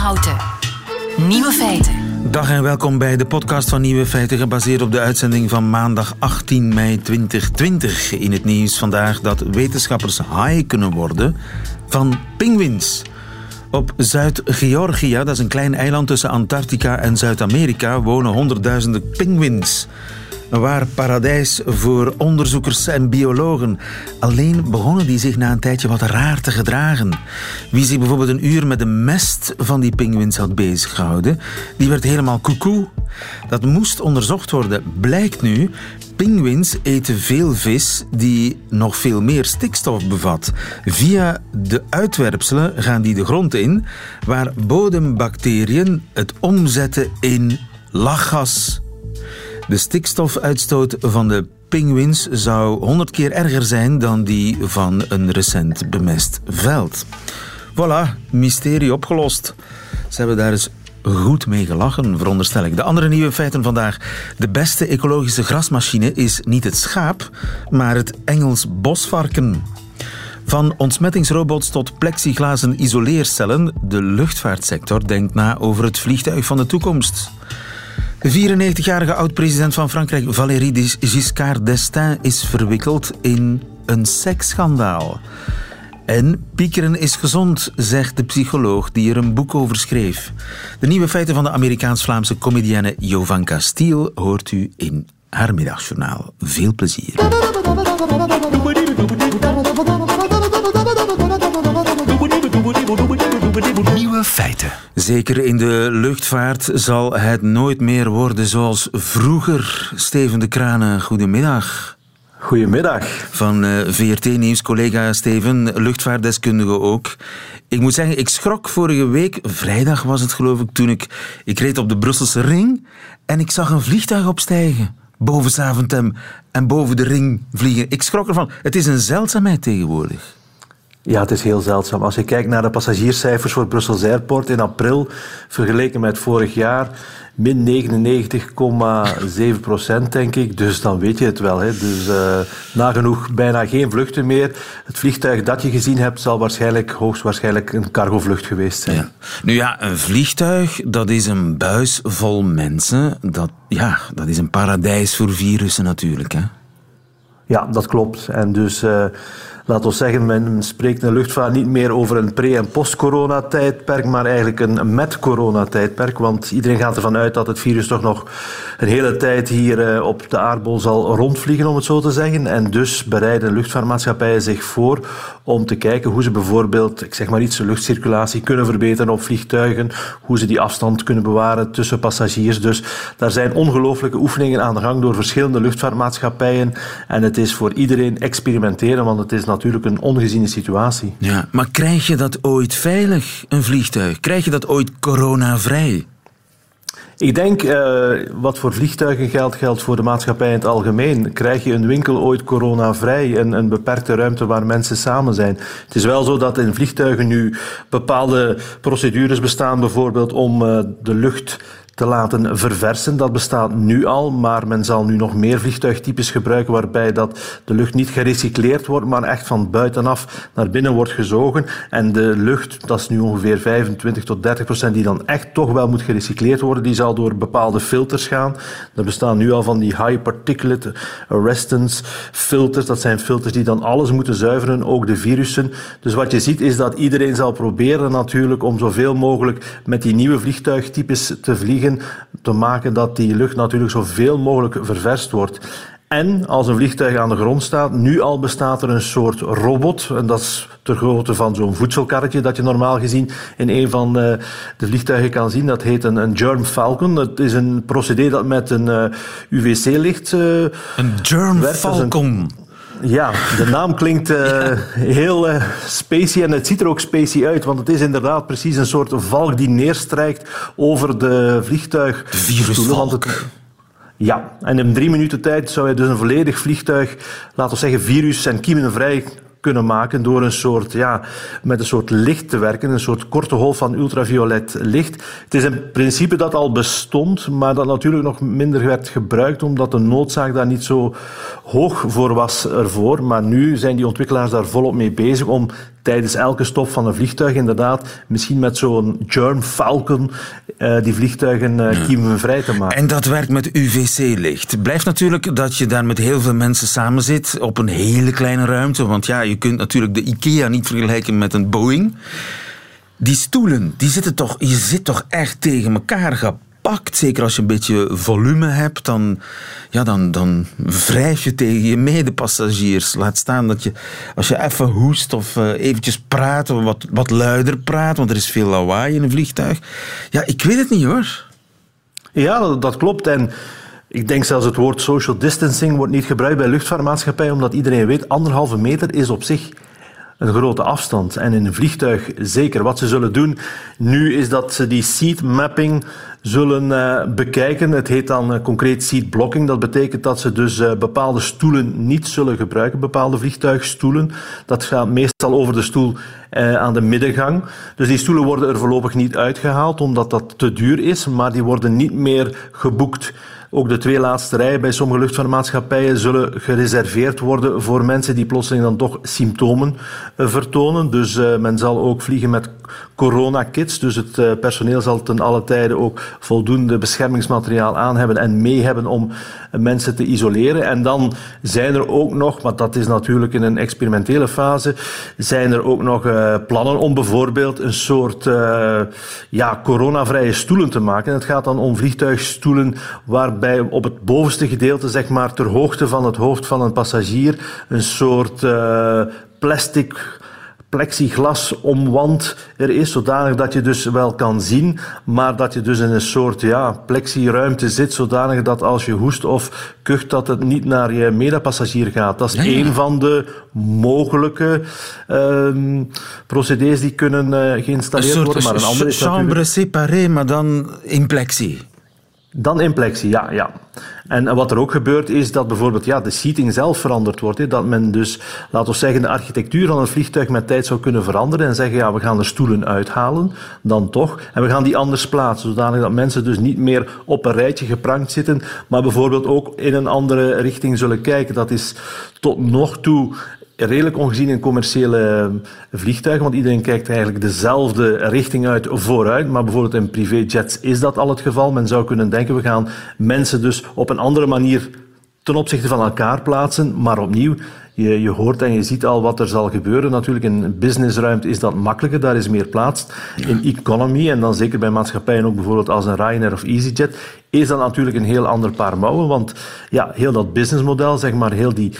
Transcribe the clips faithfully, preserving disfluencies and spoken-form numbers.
Houten. Nieuwe feiten. Dag en welkom bij de podcast van Nieuwe Feiten, gebaseerd op de uitzending van maandag achttien mei tweeduizend twintig. In het nieuws vandaag dat wetenschappers haai kunnen worden van pinguïns. Op Zuid-Georgië, dat is een klein eiland tussen Antarctica en Zuid-Amerika, wonen honderdduizenden pinguïns. Een waar paradijs voor onderzoekers en biologen. Alleen begonnen die zich na een tijdje wat raar te gedragen. Wie zich bijvoorbeeld een uur met de mest van die pinguïns had beziggehouden, die werd helemaal koekoe. Dat moest onderzocht worden. Blijkt nu, pinguïns eten veel vis die nog veel meer stikstof bevat. Via de uitwerpselen gaan die de grond in, waar bodembacteriën het omzetten in lachgas. De stikstofuitstoot van de pinguïns zou honderd keer erger zijn dan die van een recent bemest veld. Voilà, mysterie opgelost. Ze hebben daar eens goed mee gelachen, veronderstel ik. De andere nieuwe feiten vandaag. De beste ecologische grasmachine is niet het schaap, maar het Engels bosvarken. Van ontsmettingsrobots tot plexiglazen isoleercellen, de luchtvaartsector denkt na over het vliegtuig van de toekomst. De vierennegentigjarige oud-president van Frankrijk, Valéry Giscard d'Estaing, is verwikkeld in een seksschandaal. En piekeren is gezond, zegt de psycholoog die er een boek over schreef. De nieuwe feiten van de Amerikaans-Vlaamse comedienne Jovanka Stiel hoort u in haar middagjournaal. Veel plezier. Nieuwe feiten. Zeker in de luchtvaart zal het nooit meer worden zoals vroeger. Steven de Kranen, goedemiddag. Goedemiddag. Van uh, V R T-nieuws, collega Steven, luchtvaartdeskundige ook. Ik moet zeggen, ik schrok vorige week, vrijdag was het geloof ik, toen ik, ik reed op de Brusselse ring en ik zag een vliegtuig opstijgen. Boven Zaventem en boven de ring vliegen. Ik schrok ervan. Het is een zeldzaamheid tegenwoordig. Ja, het is heel zeldzaam. Als je kijkt naar de passagierscijfers voor Brussels Airport in april, vergeleken met vorig jaar, min negenennegentig komma zeven procent, denk ik. Dus dan weet je het wel. Hè. Dus uh, nagenoeg bijna geen vluchten meer. Het vliegtuig dat je gezien hebt, zal waarschijnlijk, hoogstwaarschijnlijk een cargovlucht geweest zijn. Ja. Nu ja, een vliegtuig, dat is een buis vol mensen. Dat, ja, dat is een paradijs voor virussen natuurlijk, hè? Ja, dat klopt. En dus... Uh, Laten we zeggen, men spreekt in de luchtvaart niet meer over een pre- en post-corona-tijdperk, maar eigenlijk een met-corona-tijdperk. Want iedereen gaat ervan uit dat het virus toch nog een hele tijd hier op de aardbol zal rondvliegen, om het zo te zeggen. En dus bereiden luchtvaartmaatschappijen zich voor om te kijken hoe ze bijvoorbeeld, ik zeg maar iets, de luchtcirculatie kunnen verbeteren op vliegtuigen, hoe ze die afstand kunnen bewaren tussen passagiers. Dus daar zijn ongelooflijke oefeningen aan de gang door verschillende luchtvaartmaatschappijen. En het is voor iedereen experimenteren, want het is natuurlijk een ongeziene situatie. Ja, maar krijg je dat ooit veilig, een vliegtuig? Krijg je dat ooit coronavrij? Ik denk, uh, wat voor vliegtuigen geldt, geldt voor de maatschappij in het algemeen. Krijg je een winkel ooit coronavrij, een, een beperkte ruimte waar mensen samen zijn? Het is wel zo dat in vliegtuigen nu bepaalde procedures bestaan, bijvoorbeeld om uh, de lucht te laten verversen. Dat bestaat nu al, maar men zal nu nog meer vliegtuigtypes gebruiken waarbij dat de lucht niet gerecycleerd wordt, maar echt van buitenaf naar binnen wordt gezogen. En de lucht, dat is nu ongeveer vijfentwintig tot dertig procent, die dan echt toch wel moet gerecycleerd worden, die zal door bepaalde filters gaan. Er bestaan nu al van die high particulate arrestance filters. Dat zijn filters die dan alles moeten zuiveren, ook de virussen. Dus wat je ziet is dat iedereen zal proberen natuurlijk om zoveel mogelijk met die nieuwe vliegtuigtypes te vliegen, te maken dat die lucht natuurlijk zoveel mogelijk ververst wordt. En als een vliegtuig aan de grond staat, nu al bestaat er een soort robot, en dat is ter grootte van zo'n voedselkarretje dat je normaal gezien in een van de vliegtuigen kan zien. Dat heet een, een Germ Falcon. Het is een procedé dat met een uh, U V C-licht uh, Een Germ Falcon. Ja, de naam klinkt uh, ja. heel uh, spacey en het ziet er ook spacey uit, want het is inderdaad precies een soort valk die neerstrijkt over de vliegtuig. De virusvalk. Ja, en in drie minuten tijd zou je dus een volledig vliegtuig, laten we zeggen, virus- en kiemenvrij kunnen maken door een soort, ja, met een soort licht te werken, een soort korte golf van ultraviolet licht. Het is een principe dat al bestond, maar dat natuurlijk nog minder werd gebruikt, omdat de noodzaak daar niet zo hoog voor was ervoor. Maar nu zijn die ontwikkelaars daar volop mee bezig om tijdens elke stop van een vliegtuig inderdaad misschien met zo'n Germ Falcon uh, die vliegtuigen uh, kiemenvrij te maken. En dat werkt met U V C-licht. Blijft natuurlijk dat je daar met heel veel mensen samen zit op een hele kleine ruimte, want ja, je kunt natuurlijk de IKEA niet vergelijken met een Boeing. Die stoelen, die zitten toch, je zit toch echt tegen elkaar gepakt. Zeker als je een beetje volume hebt, dan, ja, dan, dan wrijf je tegen je medepassagiers. Laat staan dat je, als je even hoest of uh, eventjes praat, of wat, wat luider praat, want er is veel lawaai in een vliegtuig. Ja, ik weet het niet hoor. Ja, dat, dat klopt. En ik denk zelfs het woord social distancing wordt niet gebruikt bij luchtvaartmaatschappijen, omdat iedereen weet, anderhalve meter is op zich een grote afstand. En in een vliegtuig zeker. Wat ze zullen doen nu is dat ze die seat mapping zullen uh, bekijken. Het heet dan uh, concreet seat blocking. Dat betekent dat ze dus uh, bepaalde stoelen niet zullen gebruiken, bepaalde vliegtuigstoelen. Dat gaat meestal over de stoel uh, aan de middengang. Dus die stoelen worden er voorlopig niet uitgehaald, omdat dat te duur is, maar die worden niet meer geboekt. Ook de twee laatste rijen bij sommige luchtvaartmaatschappijen zullen gereserveerd worden voor mensen die plotseling dan toch symptomen uh, vertonen. Dus uh, men zal ook vliegen met coronakits. Dus het uh, personeel zal ten alle tijde ook voldoende beschermingsmateriaal aan hebben en mee hebben om uh, mensen te isoleren. En dan zijn er ook nog, maar dat is natuurlijk in een experimentele fase, zijn er ook nog uh, plannen om bijvoorbeeld een soort uh, ja, coronavrije stoelen te maken. Het gaat dan om vliegtuigstoelen waarbij op het bovenste gedeelte, zeg maar ter hoogte van het hoofd van een passagier, een soort uh, plastic plexiglas omwand er is, zodanig dat je dus wel kan zien, maar dat je dus in een soort ja, plexiruimte zit, zodanig dat als je hoest of kucht, dat het niet naar je medepassagier gaat. Dat is ja, ja. een van de mogelijke uh, procedés die kunnen uh, geïnstalleerd een worden. Maar een andere is chambre natuurlijk séparée, maar dan in plexi. Dan in plexi, ja, ja. En wat er ook gebeurt is dat bijvoorbeeld ja, de seating zelf veranderd wordt. Hè. Dat men dus, laten we zeggen, de architectuur van het vliegtuig met tijd zou kunnen veranderen en zeggen, ja, we gaan er stoelen uithalen, dan toch. En we gaan die anders plaatsen, zodanig dat mensen dus niet meer op een rijtje geprankt zitten, maar bijvoorbeeld ook in een andere richting zullen kijken. Dat is tot nog toe redelijk ongezien in commerciële vliegtuigen, want iedereen kijkt eigenlijk dezelfde richting uit vooruit, maar bijvoorbeeld in privéjets is dat al het geval. Men zou kunnen denken, we gaan mensen dus op een andere manier ten opzichte van elkaar plaatsen, maar opnieuw, je, je hoort en je ziet al wat er zal gebeuren. Natuurlijk, in businessruimte is dat makkelijker, daar is meer plaats. In economy, en dan zeker bij maatschappijen ook bijvoorbeeld als een Ryanair of EasyJet, is dat natuurlijk een heel ander paar mouwen, want ja, heel dat businessmodel, zeg maar, heel die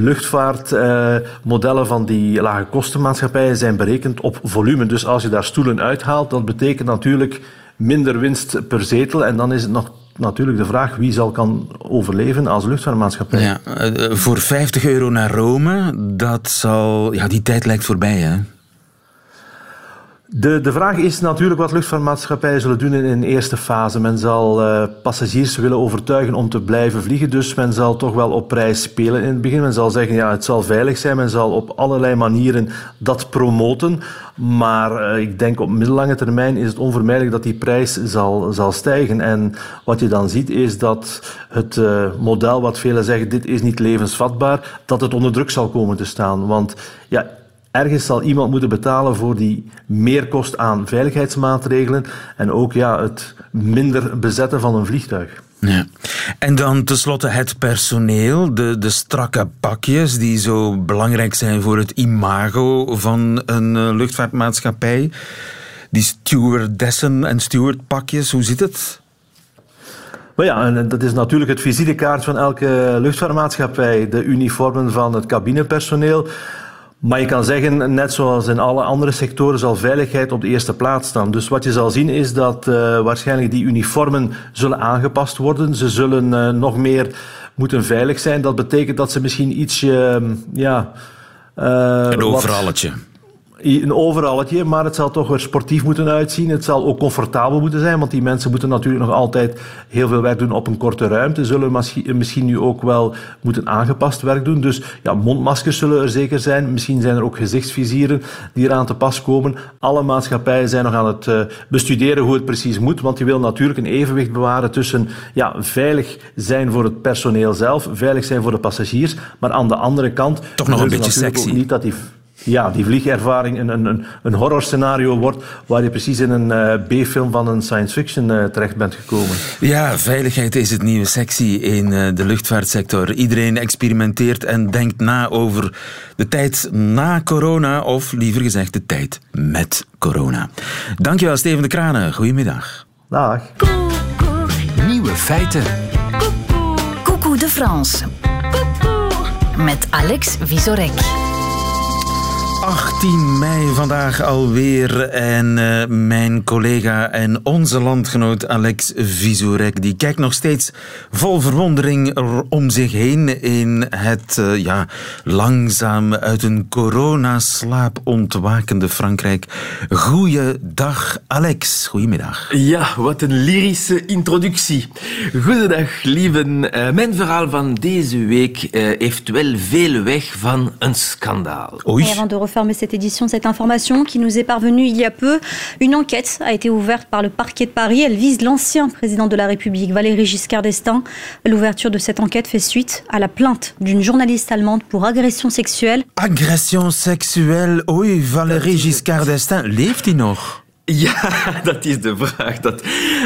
luchtvaartmodellen uh, van die lage kostenmaatschappijen zijn berekend op volume. Dus als je daar stoelen uithaalt, dat betekent natuurlijk minder winst per zetel en dan is het nog natuurlijk de vraag wie zal kan overleven als luchtvaartmaatschappij. Ja, uh, voor vijftig euro naar Rome, dat zal, ja, die tijd lijkt voorbij, hè? De, de vraag is natuurlijk wat luchtvaartmaatschappijen zullen doen in een eerste fase. Men zal uh, passagiers willen overtuigen om te blijven vliegen, dus men zal toch wel op prijs spelen in het begin. Men zal zeggen, ja, het zal veilig zijn, men zal op allerlei manieren dat promoten. Maar uh, ik denk op middellange termijn is het onvermijdelijk dat die prijs zal, zal stijgen. En wat je dan ziet is dat het uh, model, wat velen zeggen, dit is niet levensvatbaar, dat het onder druk zal komen te staan. Want ja, ergens zal iemand moeten betalen voor die meerkost aan veiligheidsmaatregelen en ook ja, het minder bezetten van een vliegtuig. Ja. En dan tenslotte het personeel, de, de strakke pakjes die zo belangrijk zijn voor het imago van een uh, luchtvaartmaatschappij. Die stewardessen en stewardpakjes, hoe zit het? Maar ja, en dat is natuurlijk het visitekaart van elke luchtvaartmaatschappij, de uniformen van het cabinepersoneel. Maar je kan zeggen, net zoals in alle andere sectoren, zal veiligheid op de eerste plaats staan. Dus wat je zal zien is dat uh, waarschijnlijk die uniformen zullen aangepast worden. Ze zullen uh, nog meer moeten veilig zijn. Dat betekent dat ze misschien ietsje, uh, ja... Uh, een overalletje. Wat, een overalletje, maar het zal toch weer sportief moeten uitzien. Het zal ook comfortabel moeten zijn, want die mensen moeten natuurlijk nog altijd heel veel werk doen op een korte ruimte. Zullen misschien nu ook wel moeten aangepast werk doen. Dus ja, mondmaskers zullen er zeker zijn. Misschien zijn er ook gezichtsvizieren die eraan te pas komen. Alle maatschappijen zijn nog aan het uh, bestuderen hoe het precies moet, want je wil natuurlijk een evenwicht bewaren tussen ja, veilig zijn voor het personeel zelf, veilig zijn voor de passagiers, maar aan de andere kant... Toch nog een beetje sexy. Niet dat die Ja, die vliegervaring een, een, een horrorscenario wordt waar je precies in een uh, B-film van een science fiction uh, terecht bent gekomen. Ja, veiligheid is het nieuwe sexy in uh, de luchtvaartsector. Iedereen experimenteert en denkt na over de tijd na corona, of liever gezegd de tijd met corona. Dankjewel, Steven de Kranen. Goedemiddag. Dag. Nieuwe feiten. Coucou de France. Met Alex Vizorek. achttien mei vandaag alweer en uh, mijn collega en onze landgenoot Alex Vizorek die kijkt nog steeds vol verwondering om zich heen in het uh, ja, langzaam uit een coronaslaap ontwakende Frankrijk. Goeiedag Alex, goedemiddag. Ja, wat een lyrische introductie. Goedendag lieven. Uh, mijn verhaal van deze week uh, heeft wel veel weg van een schandaal. Oei. Fermer cette édition, cette information qui nous est parvenue il y a peu. Une enquête a été ouverte par le parquet de Paris. Elle vise l'ancien président de la République, Valéry Giscard d'Estaing. L'ouverture de cette enquête fait suite à la plainte d'une journaliste allemande pour agression sexuelle. Agression sexuelle? Oei, Valéry Giscard d'Estaing, leeft hij nog? Ja, dat is de vraag dat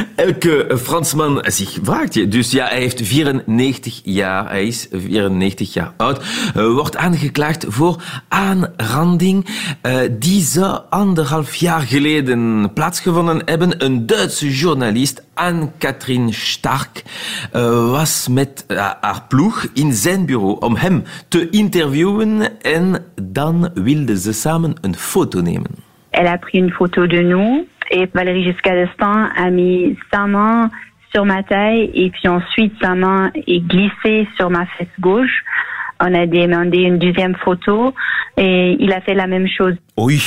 elke Fransman zich vraagt. Dus ja, hij heeft vierennegentig jaar, hij is vierennegentig jaar oud, uh, wordt aangeklaagd voor aanranding. Uh, die zou anderhalf jaar geleden plaatsgevonden hebben. Een Duitse journalist, Anne-Katrien Stark, uh, was met uh, haar ploeg in zijn bureau om hem te interviewen en dan wilden ze samen een foto nemen. Elle a pris une photo de nous et Valéry Giscard d'Estaing a mis sa main sur ma taille et puis ensuite sa main est glissée sur ma fesse gauche. On a demandé une deuxième photo et il a fait la même chose. Oei.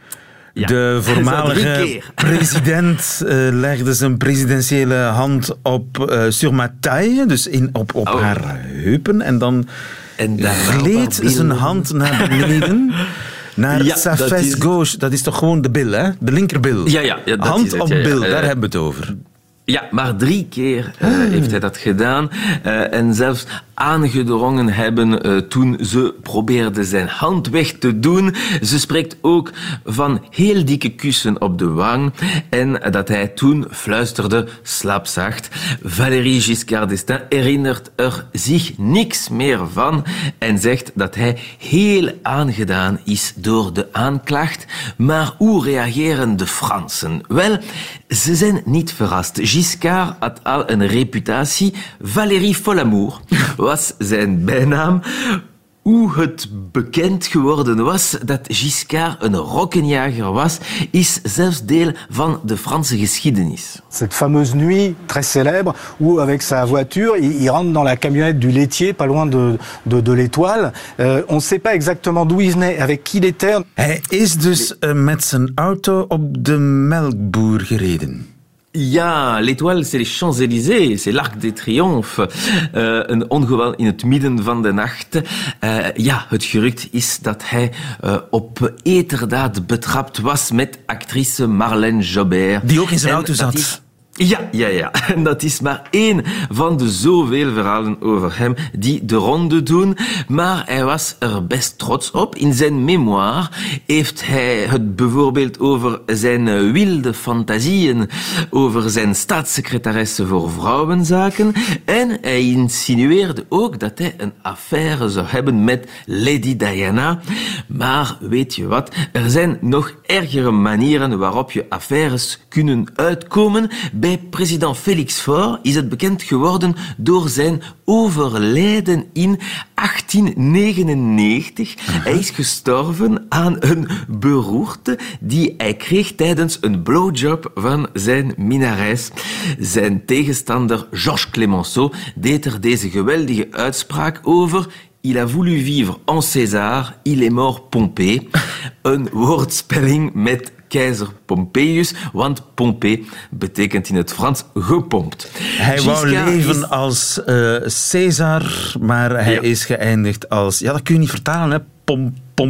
Ja. De voormalige president uh, legde zijn presidentiële hand op uh, sur ma taille, dus in, op, op oh. haar heupen en dan en gleed zijn hand naar beneden. Naar ja, sa fesse is... gauche, dat is toch gewoon de bil, hè? De linkerbil. Ja, ja, ja, dat hand is het, op ja, ja. bil, daar uh, hebben we het over. Ja, maar drie keer uh, heeft hij dat gedaan. Uh, en zelfs aangedrongen hebben uh, toen ze probeerde zijn hand weg te doen. Ze spreekt ook van heel dikke kussen op de wang. En dat hij toen fluisterde, slaapzacht. Valéry Giscard d'Estaing herinnert er zich niks meer van. En zegt dat hij heel aangedaan is door de aanklacht. Maar hoe reageren de Fransen? Wel, ze zijn niet verrast. Giscard had al een reputatie. Valéry Folamour was zijn bijnaam. Hoe het bekend geworden was dat Giscard een rokkenjager was, is zelfs deel van de Franse geschiedenis. Cette fameuse nuit très célèbre où avec sa voiture, il, il rentre dans la camionnette du laitier, pas loin de, de, de l'Étoile. Euh, on ne sait pas exactement d'où il venait, avec qui il était. Hij is dus uh, met zijn auto op de melkboer gereden. Ja, l'Étoile, c'est les Champs-Élysées, c'est l'Arc de Triomphe. Uh, een ongeval in het midden van de nacht. Uh, ja, het gerucht is dat hij uh, op eterdaad betrapt was met actrice Marlène Jobert. Die ook in zijn en auto zat. Is... Ja, ja, ja. En dat is maar één van de zoveel verhalen over hem die de ronde doen. Maar hij was er best trots op. In zijn memoire heeft hij het bijvoorbeeld over zijn wilde fantasieën, over zijn staatssecretaresse voor vrouwenzaken. En hij insinueerde ook dat hij een affaire zou hebben met Lady Diana. Maar weet je wat? Er zijn nog ergere manieren waarop je affaires kunnen uitkomen. Bij president Félix Faure is het bekend geworden door zijn overlijden in achttien negenennegentig. Uh-huh. Hij is gestorven aan een beroerte die hij kreeg tijdens een blowjob van zijn minnares. Zijn tegenstander Georges Clemenceau deed er deze geweldige uitspraak over. Il a voulu vivre en César, il est mort Pompée. Een woordspelling met keizer Pompeius, want Pompée betekent in het Frans gepompt. Hij Giscard wou leven is... als uh, Caesar, maar hij ja. is geëindigd als... Ja, dat kun je niet vertalen, hè? Pom, pom,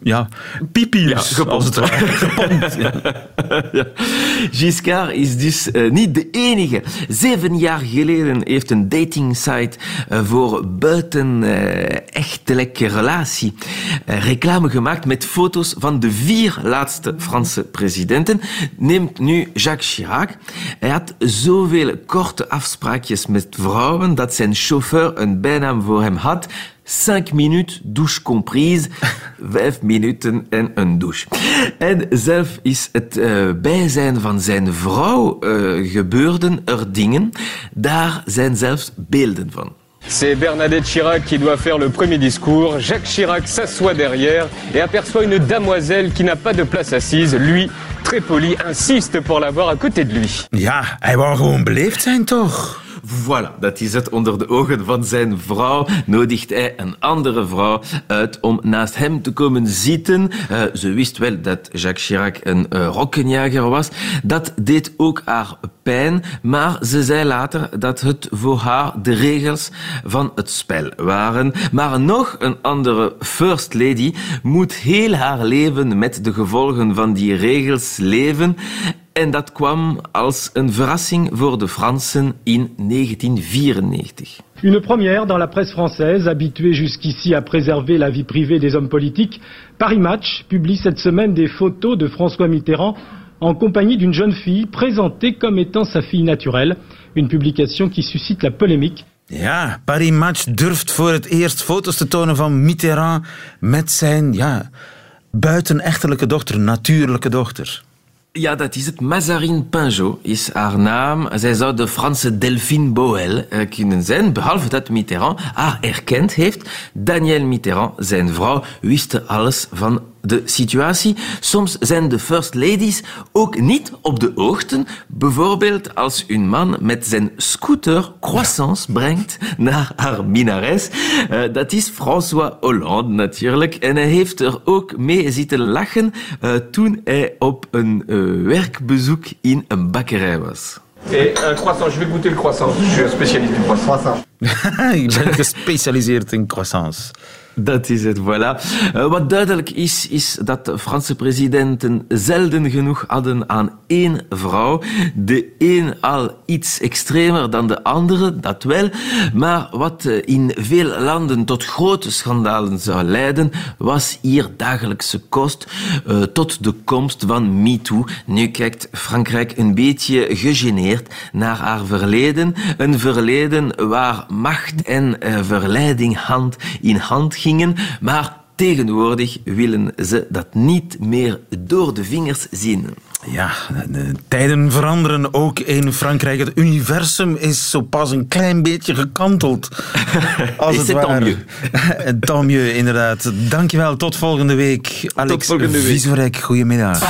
ja, pipiers, ja, als het ware. Gepompt. Ja. Ja. Giscard is dus uh, niet de enige. Zeven jaar geleden heeft een datingsite uh, voor buitenechtelijke uh, relatie uh, reclame gemaakt met foto's van de vier laatste Franse presidenten. Neemt nu Jacques Chirac. Hij had zoveel korte afspraakjes met vrouwen dat zijn chauffeur een bijnaam voor hem had. Cinq minutes, douche comprise. Vijf minuten en een douche. En zelf is het uh, bijzijn van zijn vrouw uh, gebeurden er dingen. Daar zijn zelfs beelden van. C'est Bernadette Chirac qui doit faire le premier discours. Jacques Chirac s'assoit derrière et aperçoit une damoiselle qui n'a pas de place assise. Lui, très poli, insiste pour l'avoir à côté de lui. Ja, hij wou gewoon beleefd zijn, toch? Voilà, dat is het. Onder de ogen van zijn vrouw nodigt hij een andere vrouw uit om naast hem te komen zitten. Uh, ze wist wel dat Jacques Chirac een uh, rokkenjager was. Dat deed ook haar pijn, maar ze zei later dat het voor haar de regels van het spel waren. Maar nog een andere first lady moet heel haar leven met de gevolgen van die regels leven. En dat kwam als een verrassing voor de Fransen in negentien vierennegentig. Une première dans la presse française, habituée jusqu'ici à préserver la vie privée des hommes politiques. Paris Match publie cette semaine des photos de François Mitterrand en compagnie d'une jeune fille présentée comme étant sa fille naturelle. Une publication qui suscite la polémique. Ja, Paris Match durft voor het eerst foto's te tonen van Mitterrand met zijn ja, buitenechtelijke dochter, natuurlijke dochter. Ja, dat is het. Mazarine Pinjot is haar naam. Zij zou de Franse Delphine Boel uh, kunnen zijn, behalve dat Mitterrand haar erkend heeft. Danielle Mitterrand, zijn vrouw, wist alles van de situatie. Soms zijn de first ladies ook niet op de hoogte. Bijvoorbeeld als een man met zijn scooter croissants brengt naar haar minnares. Uh, dat is François Hollande natuurlijk. En hij heeft er ook mee zitten lachen uh, toen hij op een uh, werkbezoek in een bakkerij was. Et un croissant, je vais goûter le croissant. Je suis un spécialiste du croissant. Ik ben gespecialiseerd in croissants. Dat is het, voilà. Uh, wat duidelijk is, is dat de Franse presidenten zelden genoeg hadden aan één vrouw. De een al iets extremer dan de andere, dat wel. Maar wat in veel landen tot grote schandalen zou leiden, was hier dagelijkse kost uh, tot de komst van MeToo. Nu kijkt Frankrijk een beetje gegeneerd naar haar verleden. Een verleden waar macht en uh, verleiding hand in hand gingen, maar tegenwoordig willen ze dat niet meer door de vingers zien. Ja, de tijden veranderen ook in Frankrijk. Het universum is zo pas een klein beetje gekanteld. Als het ware. Tant mieux, inderdaad. Dankjewel, tot volgende week. Alex Vizorek, goedemiddag.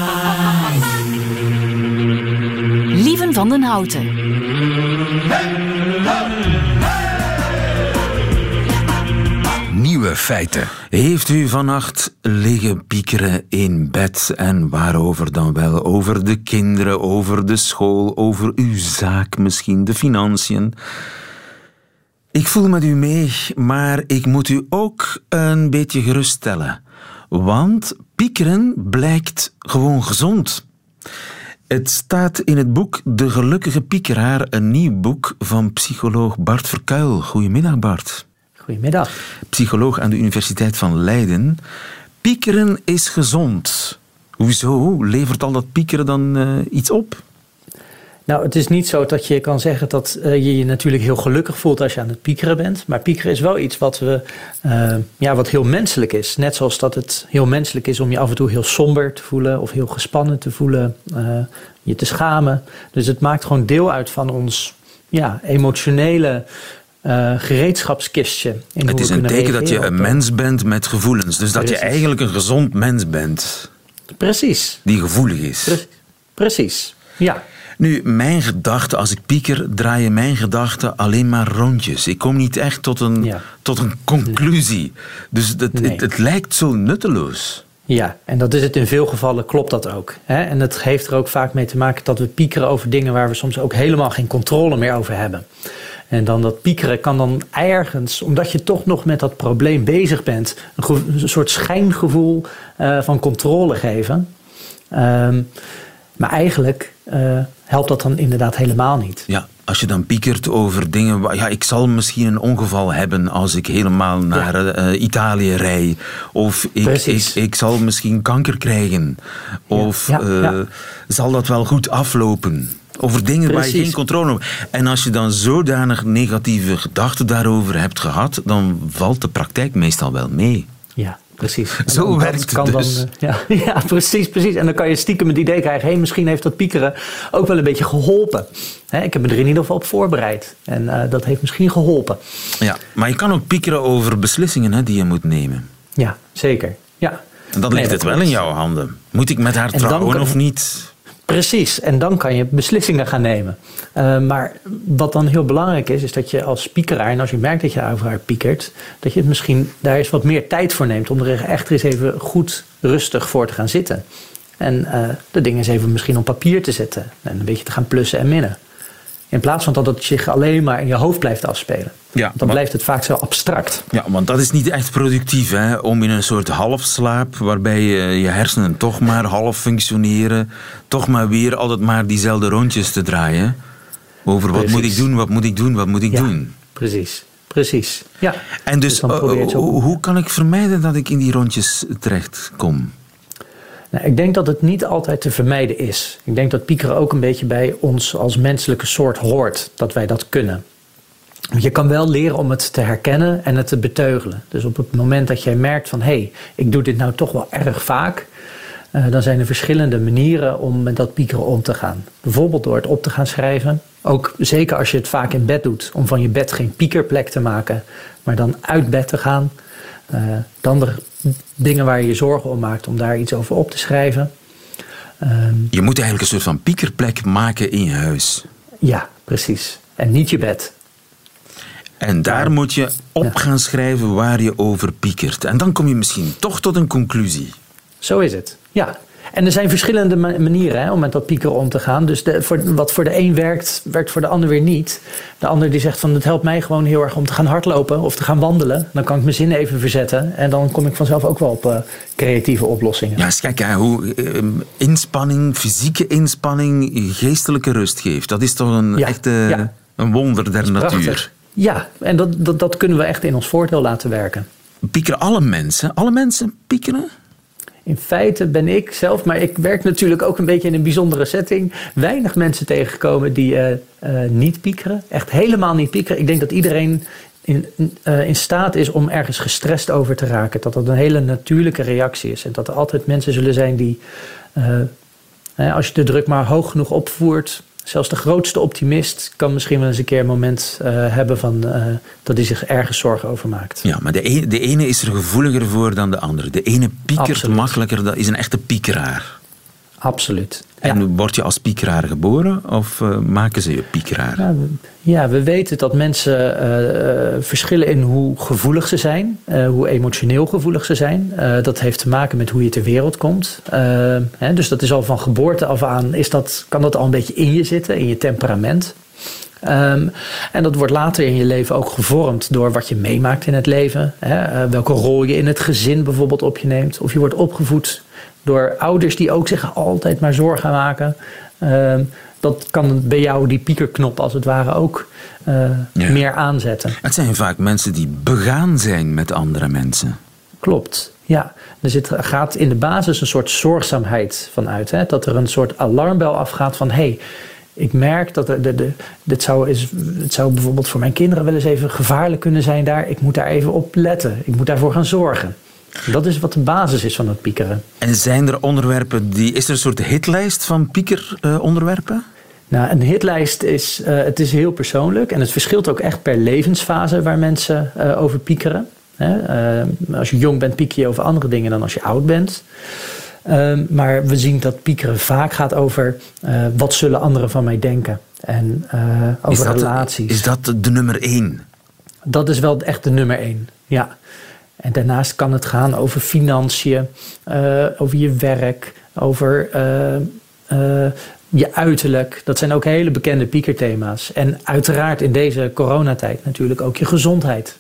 Lieven van den Houten. Nieuwe feiten. Heeft u vannacht liggen piekeren in bed? En waarover dan wel? Over de kinderen, over de school, over uw zaak misschien, de financiën. Ik voel met u mee, maar ik moet u ook een beetje geruststellen. Want piekeren blijkt gewoon gezond. Het staat in het boek De Gelukkige Piekeraar, een nieuw boek van psycholoog Bart Verkuil. Goedemiddag, Bart. Goedemiddag. Psycholoog aan de Universiteit van Leiden. Piekeren is gezond. Hoezo? Levert al dat piekeren dan uh, iets op? Nou, het is niet zo dat je kan zeggen dat uh, je je natuurlijk heel gelukkig voelt als je aan het piekeren bent. Maar piekeren is wel iets wat, we, uh, ja, wat heel menselijk is. Net zoals dat het heel menselijk is om je af en toe heel somber te voelen of heel gespannen te voelen. Uh, je te schamen. Dus het maakt gewoon deel uit van ons ja, emotionele Uh, gereedschapskistje. In het is een teken dat je een mens bent met gevoelens. Dus dat Precies. je eigenlijk een gezond mens bent. Precies. Die gevoelig is. Pre- Precies, ja. Nu, mijn gedachten, als ik pieker, draaien mijn gedachten alleen maar rondjes. Ik kom niet echt tot een, ja. tot een conclusie. Dus het, nee. het, het lijkt zo nutteloos. Ja, en dat is het in veel gevallen, klopt dat ook. Hè? En het heeft er ook vaak mee te maken dat we piekeren over dingen waar we soms ook helemaal geen controle meer over hebben. En dan dat piekeren kan dan ergens, omdat je toch nog met dat probleem bezig bent, een, gevo- een soort schijngevoel uh, van controle geven. Um, maar eigenlijk uh, helpt dat dan inderdaad helemaal niet. Ja, als je dan piekert over dingen... waar- Ja, ik zal misschien een ongeval hebben als ik helemaal naar ja. uh, Italië rij. Of ik, ik, ik zal misschien kanker krijgen. Of ja. Ja, uh, ja. zal dat wel goed aflopen? Over dingen Precies. waar je geen controle over. En als je dan zodanig negatieve gedachten daarover hebt gehad, dan valt de praktijk meestal wel mee. Ja, precies. En Zo werkt het dus. Dan, ja, ja, precies, precies. En dan kan je stiekem het idee krijgen, hey, misschien heeft dat piekeren ook wel een beetje geholpen. He, ik heb me er in ieder geval op voorbereid. En uh, dat heeft misschien geholpen. Ja, maar je kan ook piekeren over beslissingen hè, die je moet nemen. Ja, zeker. Ja. En dan ligt nee, het wel in jouw handen. Moet ik met haar trouwen kan... of niet? Precies, en dan kan je beslissingen gaan nemen. Uh, maar wat dan heel belangrijk is, is dat je als piekeraar, en als je merkt dat je over haar piekert, dat je het misschien daar eens wat meer tijd voor neemt om er echt eens even goed rustig voor te gaan zitten. En uh, de dingen eens even misschien op papier te zetten en een beetje te gaan plussen en minnen. In plaats van dat het zich alleen maar in je hoofd blijft afspelen. Ja, dan maar, blijft het vaak zo abstract. Ja, want dat is niet echt productief, hè? Om in een soort halfslaap, waarbij je, je hersenen toch maar half functioneren, toch maar weer altijd maar diezelfde rondjes te draaien. Over wat precies. moet ik doen, wat moet ik doen, wat moet ik ja, doen. Precies, precies. Ja. En dus, dus uh, hoe, hoe kan ik vermijden dat ik in die rondjes terecht kom? Nou, ik denk dat het niet altijd te vermijden is. Ik denk dat piekeren ook een beetje bij ons als menselijke soort hoort. Dat wij dat kunnen. Je kan wel leren om het te herkennen en het te beteugelen. Dus op het moment dat jij merkt van... hé, hey, ik doe dit nou toch wel erg vaak... Uh, dan zijn er verschillende manieren om met dat piekeren om te gaan. Bijvoorbeeld door het op te gaan schrijven. Ook zeker als je het vaak in bed doet. Om van je bed geen piekerplek te maken. Maar dan uit bed te gaan. Uh, dan de dingen waar je je zorgen om maakt. Om daar iets over op te schrijven. Um, je moet eigenlijk een soort van piekerplek maken in je huis. Ja, precies. En niet je bed. En daar moet je op ja. gaan schrijven waar je over piekert. En dan kom je misschien toch tot een conclusie. Zo is het, ja. En er zijn verschillende manieren hè, om met dat piekeren om te gaan. Dus de, voor, wat voor de een werkt, werkt voor de ander weer niet. De ander die zegt van het helpt mij gewoon heel erg om te gaan hardlopen of te gaan wandelen. Dan kan ik mijn zinnen even verzetten. En dan kom ik vanzelf ook wel op uh, creatieve oplossingen. Ja, eens kijk hè, hoe uh, inspanning, fysieke inspanning, geestelijke rust geeft. Dat is toch een ja, echte ja. een wonder der natuur. Ja, en dat, dat, dat kunnen we echt in ons voordeel laten werken. Piekeren alle mensen? Alle mensen piekeren? In feite ben ik zelf, maar ik werk natuurlijk ook een beetje in een bijzondere setting, weinig mensen tegengekomen die uh, uh, niet piekeren. Echt helemaal niet piekeren. Ik denk dat iedereen in, uh, in staat is om ergens gestrest over te raken. Dat dat een hele natuurlijke reactie is. En dat er altijd mensen zullen zijn die, uh, als je de druk maar hoog genoeg opvoert, zelfs de grootste optimist kan misschien wel eens een keer een moment uh, hebben van, uh, dat hij zich ergens zorgen over maakt. Ja, maar de ene, de ene is er gevoeliger voor dan de andere. De ene piekert Absoluut. makkelijker, dat is een echte piekeraar. Absoluut. En ja. word je als piekeraar geboren of uh, maken ze je piekeraar? Ja, we, ja, we weten dat mensen uh, uh, verschillen in hoe gevoelig ze zijn. Uh, hoe emotioneel gevoelig ze zijn. Uh, dat heeft te maken met hoe je ter wereld komt. Uh, hè, dus dat is al van geboorte af aan. Is dat, kan dat al een beetje in je zitten, in je temperament. Um, en dat wordt later in je leven ook gevormd door wat je meemaakt in het leven. Hè, uh, welke rol je in het gezin bijvoorbeeld op je neemt. Of je wordt opgevoed door ouders die ook zich altijd maar zorgen maken. Uh, dat kan bij jou die piekerknop als het ware ook uh, ja. meer aanzetten. Het zijn vaak mensen die begaan zijn met andere mensen. Klopt, ja. Er zit, gaat in de basis een soort zorgzaamheid van uit. Hè? Dat er een soort alarmbel afgaat van... hey, ik merk dat er, de, de, dit zou is, het zou bijvoorbeeld voor mijn kinderen wel eens even gevaarlijk kunnen zijn daar. Ik moet daar even op letten. Ik moet daarvoor gaan zorgen. Dat is wat de basis is van het piekeren. En zijn er onderwerpen, die, is er een soort hitlijst van piekeronderwerpen? Uh, nou, een hitlijst is, uh, het is heel persoonlijk. En het verschilt ook echt per levensfase waar mensen uh, over piekeren. Hè? Uh, als je jong bent, pieker je over andere dingen dan als je oud bent. Uh, maar we zien dat piekeren vaak gaat over uh, wat zullen anderen van mij denken. En uh, over is relaties. De, is dat de nummer één? Dat is wel echt de nummer één, ja. En daarnaast kan het gaan over financiën, uh, over je werk, over uh, uh, je uiterlijk. Dat zijn ook hele bekende piekerthema's. En uiteraard in deze coronatijd natuurlijk ook je gezondheid.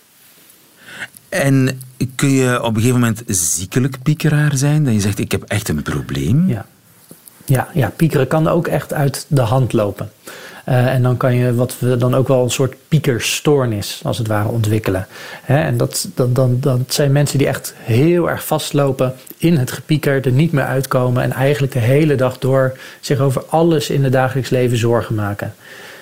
En kun je op een gegeven moment ziekelijk piekeraar zijn? Dat je zegt, ik heb echt een probleem? Ja, ja, ja piekeren kan ook echt uit de hand lopen. Uh, en dan kan je wat we dan ook wel een soort piekerstoornis als het ware ontwikkelen. Hè, en dat, dat, dan, dat zijn mensen die echt heel erg vastlopen in het gepieker, er niet meer uitkomen en eigenlijk de hele dag door zich over alles in het dagelijks leven zorgen maken.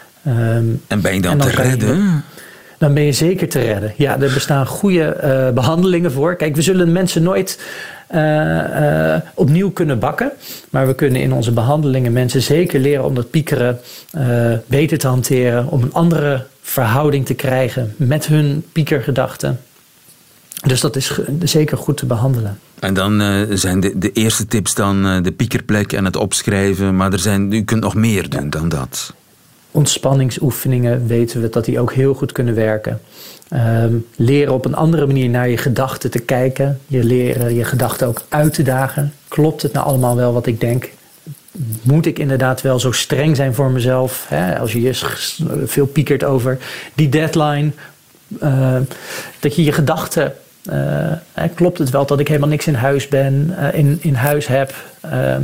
Um, en ben je dan, en dan te redden? Je, dan ben je zeker te redden. Ja, er bestaan goede uh, behandelingen voor. Kijk, we zullen mensen nooit Uh, uh, opnieuw kunnen bakken. Maar we kunnen in onze behandelingen mensen zeker leren om dat piekeren uh, beter te hanteren. Om een andere verhouding te krijgen met hun piekergedachten. Dus dat is ge- zeker goed te behandelen. En dan uh, zijn de, de eerste tips dan uh, de piekerplek en het opschrijven. Maar er zijn, u kunt nog meer doen ja. dan dat. Ontspanningsoefeningen weten we dat die ook heel goed kunnen werken. Um, leren op een andere manier naar je gedachten te kijken. Je leren je gedachten ook uit te dagen. Klopt het nou allemaal wel wat ik denk? Moet ik inderdaad wel zo streng zijn voor mezelf? Hè? Als je je veel piekert over die deadline. Uh, dat je je gedachten... Uh, klopt het wel dat ik helemaal niks in huis ben, uh, in, in huis heb? Uh,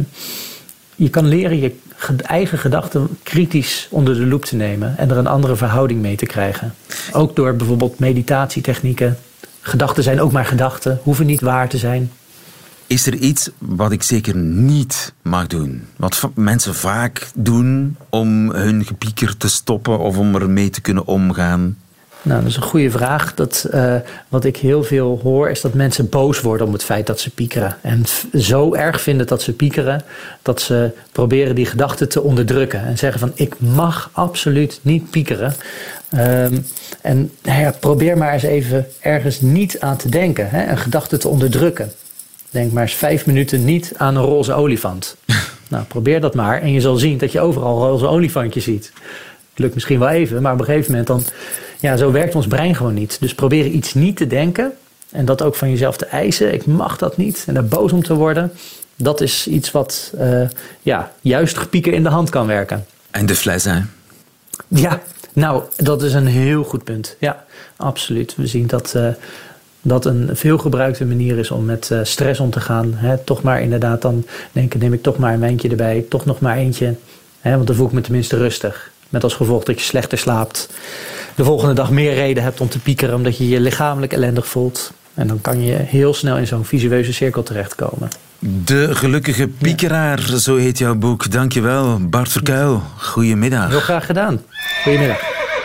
je kan leren je eigen gedachten kritisch onder de loep te nemen en er een andere verhouding mee te krijgen. Ook door bijvoorbeeld meditatietechnieken. Gedachten zijn ook maar gedachten, hoeven niet waar te zijn. Is er iets wat ik zeker niet mag doen? Wat va- mensen vaak doen om hun gepieker te stoppen of om ermee te kunnen omgaan? Nou, dat is een goede vraag. Dat, uh, wat ik heel veel hoor is dat mensen boos worden om het feit dat ze piekeren. En f- zo erg vinden dat ze piekeren, dat ze proberen die gedachten te onderdrukken. En zeggen van, ik mag absoluut niet piekeren. Um, en nou ja, probeer maar eens even ergens niet aan te denken. Hè? Een gedachte te onderdrukken. Denk maar eens vijf minuten niet aan een roze olifant. Nou, probeer dat maar. En je zal zien dat je overal roze olifantjes ziet. Het lukt misschien wel even, maar op een gegeven moment dan... Ja, zo werkt ons brein gewoon niet. Dus probeer iets niet te denken en dat ook van jezelf te eisen. Ik mag dat niet en daar boos om te worden. Dat is iets wat uh, ja, juist gepieker in de hand kan werken. En de fles, hè? Ja, nou, dat is een heel goed punt. Ja, absoluut. We zien dat uh, dat een veelgebruikte manier is om met uh, stress om te gaan. Hè, toch maar inderdaad dan denken, neem ik toch maar een wijntje erbij. Toch nog maar eentje. Hè, want dan voel ik me tenminste rustig. Met als gevolg dat je slechter slaapt. De volgende dag meer reden hebt om te piekeren omdat je je lichamelijk ellendig voelt. En dan kan je heel snel in zo'n visueuze cirkel terechtkomen. De gelukkige piekeraar, ja. Zo heet jouw boek. Dankjewel, Bart Verkuil. Goedemiddag. Heel graag gedaan. Goedemiddag.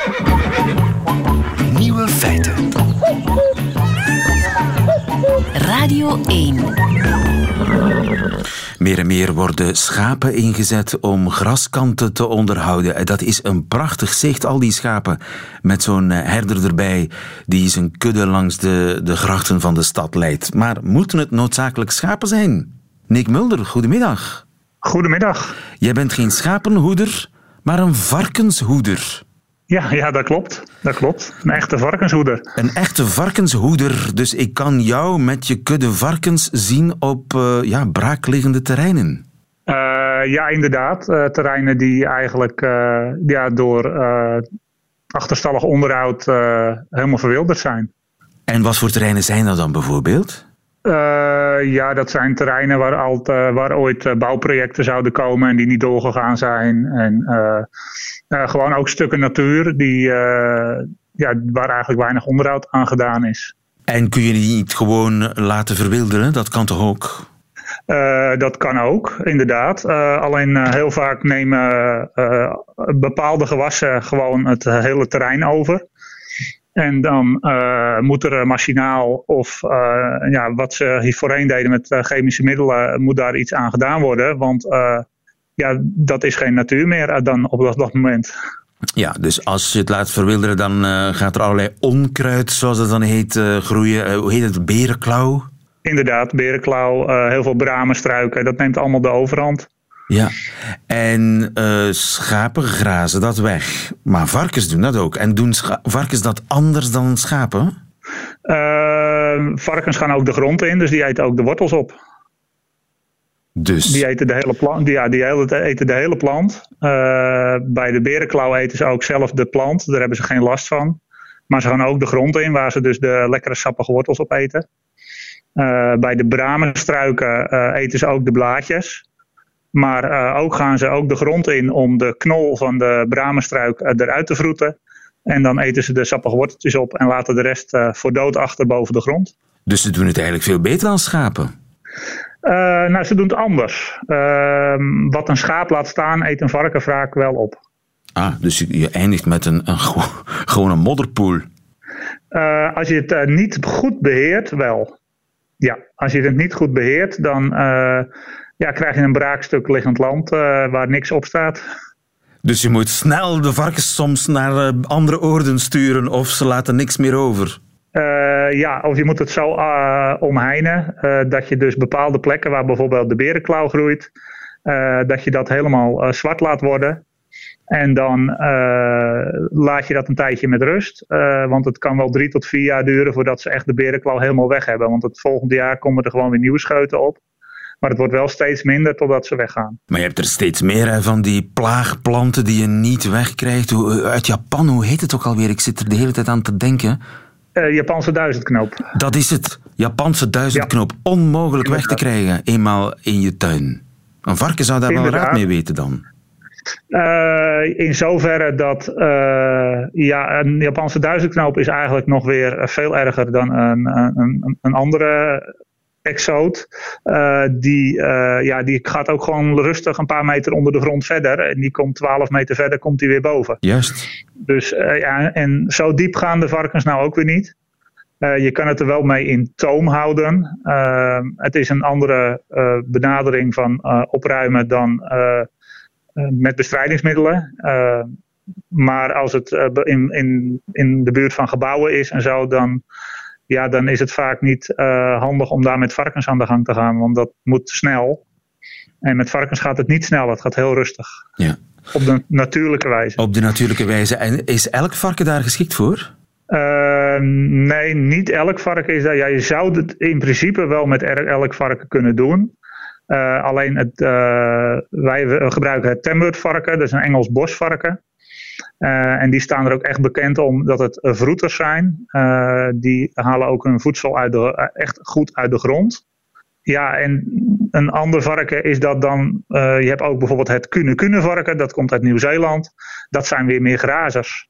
Nieuwe feiten. Radio één. Meer en meer worden schapen ingezet om graskanten te onderhouden. Dat is een prachtig zicht, al die schapen met zo'n herder erbij die zijn kudde langs de, de grachten van de stad leidt. Maar moeten het noodzakelijk schapen zijn? Nick Mulder, goedemiddag. Goedemiddag. Jij bent geen schapenhoeder, maar een varkenshoeder. Ja, ja, dat klopt. Dat klopt. Een echte varkenshoeder. Een echte varkenshoeder. Dus ik kan jou met je kudde varkens zien op uh, ja, braakliggende terreinen. Uh, ja, inderdaad. Uh, terreinen die eigenlijk uh, ja, door uh, achterstallig onderhoud uh, helemaal verwilderd zijn. En wat voor terreinen zijn dat dan bijvoorbeeld? Uh, ja, dat zijn terreinen waar, alt, uh, waar ooit uh, bouwprojecten zouden komen en die niet doorgegaan zijn. En uh, uh, gewoon ook stukken natuur die, uh, ja, waar eigenlijk weinig onderhoud aan gedaan is. En kun je die niet gewoon laten verwilderen? Dat kan toch ook? Uh, dat kan ook, inderdaad. Uh, alleen uh, heel vaak nemen uh, bepaalde gewassen gewoon het hele terrein over. En dan uh, moet er machinaal of uh, ja, wat ze hier voorheen deden met uh, chemische middelen, moet daar iets aan gedaan worden. Want uh, ja, dat is geen natuur meer dan op dat, dat moment. Ja, dus als je het laat verwilderen, dan uh, gaat er allerlei onkruid, zoals dat dan heet, uh, groeien. Uh, hoe heet het? Berenklauw? Inderdaad, berenklauw, uh, heel veel bramenstruiken, dat neemt allemaal de overhand. Ja, en uh, schapen grazen dat weg. Maar varkens doen dat ook. En doen scha- varkens dat anders dan schapen? Uh, varkens gaan ook de grond in, dus die eten ook de wortels op. Dus? Die eten de hele plant. Ja, die eten de hele plant. Uh, bij de berenklauw eten ze ook zelf de plant. Daar hebben ze geen last van. Maar ze gaan ook de grond in, waar ze dus de lekkere sappige wortels op eten. Uh, bij de bramenstruiken uh, eten ze ook de blaadjes. Maar uh, ook gaan ze ook de grond in om de knol van de bramenstruik uh, eruit te vroeten. En dan eten ze de sappige worteltjes op en laten de rest uh, voor dood achter boven de grond. Dus ze doen het eigenlijk veel beter dan schapen? Uh, nou, ze doen het anders. Uh, wat een schaap laat staan, eet een varken vaak wel op. Ah, dus je, je eindigt met een, een, gewoon een modderpoel. Uh, als je het uh, niet goed beheert, wel. Ja, als je het niet goed beheert, dan uh, ja, krijg je een braakstuk liggend land uh, waar niks op staat. Dus je moet snel de varkens soms naar uh, andere oorden sturen of ze laten niks meer over? Uh, ja, of je moet het zo uh, omheinen uh, dat je dus bepaalde plekken waar bijvoorbeeld de berenklauw groeit, uh, dat je dat helemaal uh, zwart laat worden. En dan uh, laat je dat een tijdje met rust. Uh, want het kan wel drie tot vier jaar duren voordat ze echt de berenklauw helemaal weg hebben. Want het volgende jaar komen er gewoon weer nieuwe scheuten op. Maar het wordt wel steeds minder totdat ze weggaan. Maar je hebt er steeds meer hè, van die plaagplanten die je niet wegkrijgt. Uit Japan, hoe heet het ook alweer? Ik zit er de hele tijd aan te denken. Uh, Japanse duizendknoop. Dat is het. Japanse duizendknoop. Ja. Onmogelijk weg te krijgen, eenmaal in je tuin. Een varken zou daar Inderdaad. wel raad mee weten dan. Uh, in zoverre dat uh, ja, een Japanse duizendknoop is eigenlijk nog weer veel erger dan een, een, een andere exoot. Uh, die, uh, ja, die gaat ook gewoon rustig een paar meter onder de grond verder. En die komt twaalf meter verder, komt die weer boven. Juist. Dus, uh, ja, en zo diep gaan de varkens nou ook weer niet. Uh, je kan het er wel mee in toom houden. Uh, het is een andere uh, benadering van uh, opruimen dan uh, uh, met bestrijdingsmiddelen. Uh, maar als het uh, in, in, in de buurt van gebouwen is en zo, dan, ja, dan is het vaak niet uh, handig om daar met varkens aan de gang te gaan. Want dat moet snel. En met varkens gaat het niet snel, het gaat heel rustig. Ja. Op de natuurlijke wijze. Op de natuurlijke wijze. En is elk varken daar geschikt voor? Uh, nee, niet elk varken is daar. Ja, je zou het in principe wel met elk varken kunnen doen. Uh, alleen het, uh, wij gebruiken het Tamworth varken, dat is een Engels bosvarken. Uh, en die staan er ook echt bekend om dat het vroeters zijn. Uh, die halen ook hun voedsel uit de, echt goed uit de grond. Ja, en een ander varken is dat dan, uh, je hebt ook bijvoorbeeld het Kune-Kune varken, dat komt uit Nieuw-Zeeland. Dat zijn weer meer grazers.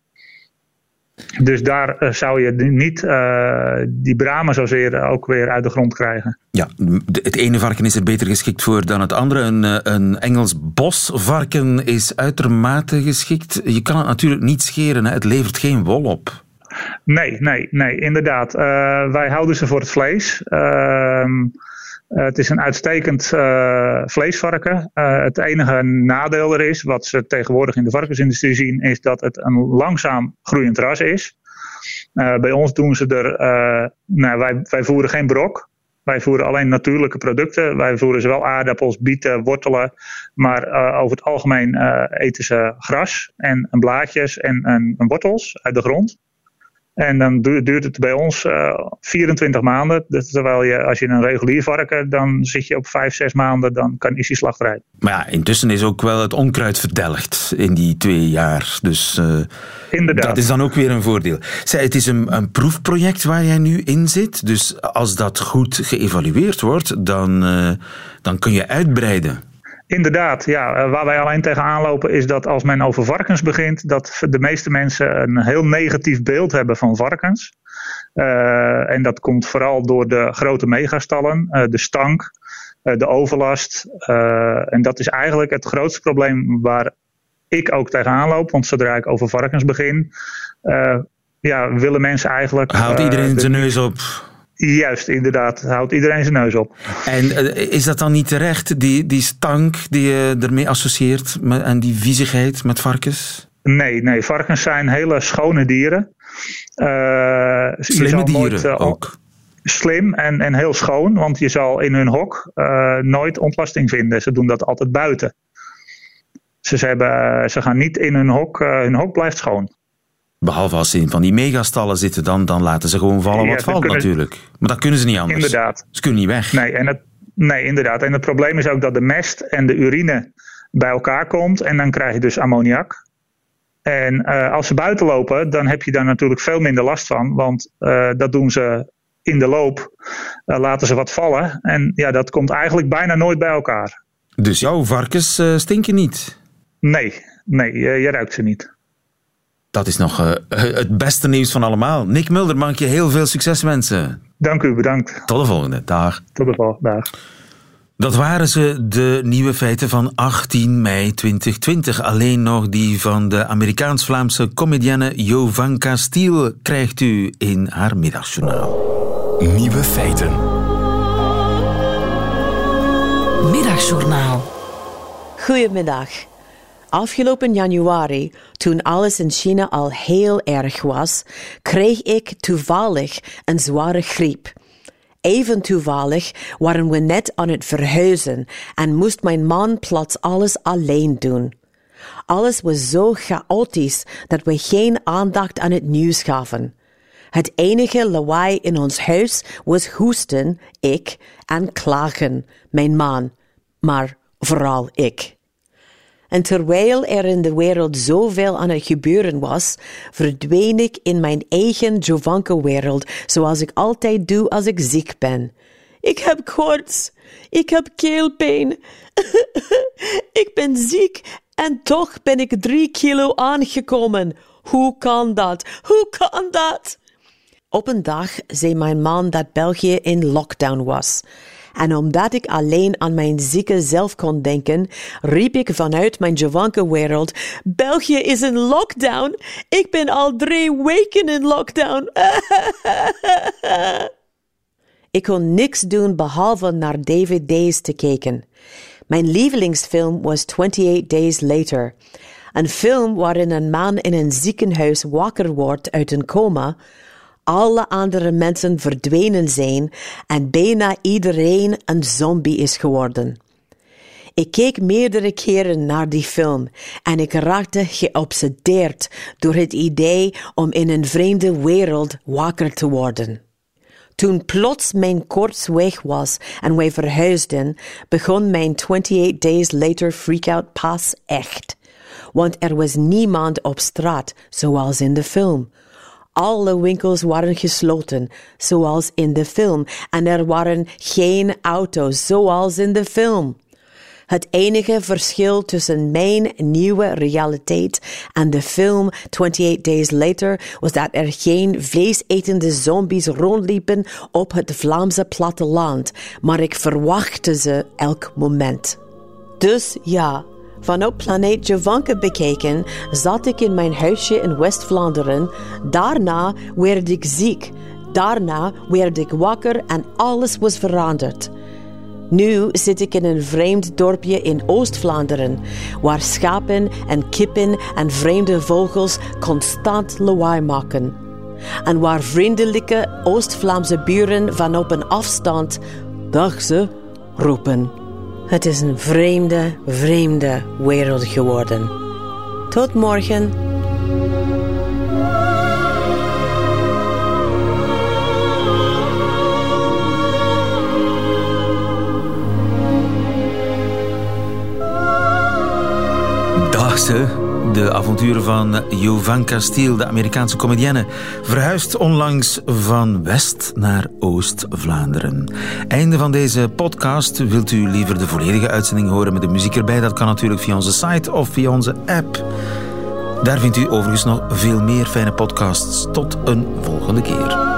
Dus daar uh, zou je niet uh, die bramen zozeer ook weer uit de grond krijgen. Ja, het ene varken is er beter geschikt voor dan het andere. Een, een Engels bosvarken is uitermate geschikt. Je kan het natuurlijk niet scheren, hè? Het levert geen wol op. Nee, nee, nee, inderdaad. Uh, wij houden ze voor het vlees. Uh, Uh, het is een uitstekend uh, vleesvarken. Uh, het enige nadeel er is, wat ze tegenwoordig in de varkensindustrie zien, is dat het een langzaam groeiend ras is. Uh, bij ons doen ze er, uh, nou, wij, wij voeren geen brok. Wij voeren alleen natuurlijke producten. Wij voeren zowel aardappels, bieten, wortelen. Maar uh, over het algemeen uh, eten ze gras en, en blaadjes en, en, en wortels uit de grond. En dan duurt het bij ons uh, vierentwintig maanden. Terwijl je, als je een regulier varken, dan zit je op vijf, zes maanden, dan kan, is die slachterij. Maar ja, intussen is ook wel het onkruid verdelgd in die twee jaar. Dus uh, Inderdaad. Dat is dan ook weer een voordeel. Zij, het is een, een proefproject waar jij nu in zit. Dus als dat goed geëvalueerd wordt, dan, uh, dan kun je uitbreiden. Inderdaad, ja. Waar wij alleen tegenaan lopen is dat als men over varkens begint, dat de meeste mensen een heel negatief beeld hebben van varkens. Uh, en dat komt vooral door de grote megastallen, uh, de stank, uh, de overlast. Uh, en dat is eigenlijk het grootste probleem waar ik ook tegenaan loop. Want zodra ik over varkens begin, uh, ja, willen mensen eigenlijk... Houdt iedereen uh, de... zijn neus op... Juist, inderdaad. Houdt iedereen zijn neus op. En uh, is dat dan niet terecht, die, die stank die je ermee associeert met, en die viezigheid met varkens? Nee, nee, varkens zijn hele schone dieren. Uh, Slimme dieren nooit, uh, ook. Slim en, en heel schoon, want je zal in hun hok uh, nooit ontlasting vinden. Ze doen dat altijd buiten. Ze, ze, hebben, uh, ze gaan niet in hun hok, uh, hun hok blijft schoon. Behalve als ze in van die megastallen zitten, dan, dan laten ze gewoon vallen wat ja, valt natuurlijk. Maar dat kunnen ze niet anders. Inderdaad. Ze kunnen niet weg. Nee, en het, Nee, inderdaad. En het probleem is ook dat de mest en de urine bij elkaar komt. En dan krijg je dus ammoniak. En uh, als ze buiten lopen, dan heb je daar natuurlijk veel minder last van. Want uh, dat doen ze in de loop. Uh, laten ze wat vallen. En ja, dat komt eigenlijk bijna nooit bij elkaar. Dus jouw varkens uh, stinken niet? Nee, nee, uh, je ruikt ze niet. Dat is nog uh, het beste nieuws van allemaal. Nick Mulder, mag ik je heel veel succes wensen. Dank u, bedankt. Tot de volgende, dag. Tot de volgende, dag. Dat waren ze, de nieuwe feiten van achttien mei tweeduizend twintig. Alleen nog die van de Amerikaans-Vlaamse comedienne Jovanka Stiel krijgt u in haar middagjournaal. Nieuwe feiten. Middagjournaal. Goedemiddag. Afgelopen januari, toen alles in China al heel erg was, kreeg ik toevallig een zware griep. Even toevallig waren we net aan het verhuizen en moest mijn man plots alles alleen doen. Alles was zo chaotisch dat we geen aandacht aan het nieuws gaven. Het enige lawaai in ons huis was hoesten, ik, en klagen, mijn man, maar vooral ik. En terwijl er in de wereld zoveel aan het gebeuren was, verdween ik in mijn eigen Jovanka-wereld, zoals ik altijd doe als ik ziek ben. Ik heb koorts. Ik heb keelpijn. Ik ben ziek en toch ben ik drie kilo aangekomen. Hoe kan dat? Hoe kan dat? Op een dag zei mijn man dat België in lockdown was. En omdat ik alleen aan mijn zieke zelf kon denken, riep ik vanuit mijn Jovanka-wereld, België is in lockdown. Ik ben al drie weken in lockdown. Ik kon niks doen behalve naar D V D's te kijken. Mijn lievelingsfilm was twenty-eight days later. Een film waarin een man in een ziekenhuis wakker wordt uit een coma, alle andere mensen verdwenen zijn en bijna iedereen een zombie is geworden. Ik keek meerdere keren naar die film en ik raakte geobsedeerd door het idee om in een vreemde wereld wakker te worden. Toen plots mijn koorts weg was en wij verhuisden, begon mijn twenty-eight days later freak-out pas echt. Want er was niemand op straat, zoals in de film. Alle winkels waren gesloten, zoals in de film, en er waren geen auto's, zoals in de film. Het enige verschil tussen mijn nieuwe realiteit en de film twenty-eight days later was dat er geen vleesetende zombies rondliepen op het Vlaamse platteland, maar ik verwachtte ze elk moment. Dus ja, vanuit planeet Jovanka bekeken zat ik in mijn huisje in West-Vlaanderen. Daarna werd ik ziek. Daarna werd ik wakker en alles was veranderd. Nu zit ik in een vreemd dorpje in Oost-Vlaanderen, waar schapen en kippen en vreemde vogels constant lawaai maken. En waar vriendelijke Oost-Vlaamse buren van op een afstand dag ze roepen. Het is een vreemde, vreemde wereld geworden. Tot morgen. Dag ze. De avonturen van Jovanka Stiel, de Amerikaanse comedienne, verhuist onlangs van West naar Oost-Vlaanderen. Einde van deze podcast. Wilt u liever de volledige uitzending horen met de muziek erbij? Dat kan natuurlijk via onze site of via onze app. Daar vindt u overigens nog veel meer fijne podcasts. Tot een volgende keer.